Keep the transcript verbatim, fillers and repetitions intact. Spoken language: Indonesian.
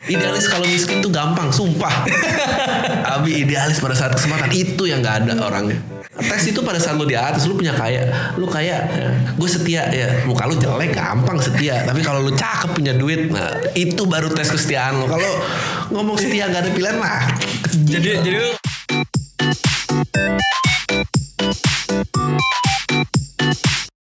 Idealis kalau miskin tuh gampang, sumpah. Abi idealis pada saat kesempatan itu yang nggak ada orang. Tes itu pada saat lu di atas, lu punya kaya, lu kaya, ya, gue setia ya. Muka lu jelek gampang setia, tapi kalau lu cakep punya duit, nah itu baru tes kesetiaan lo. Kalau ngomong setia nggak ada pilihan mah. Jadi jadi lu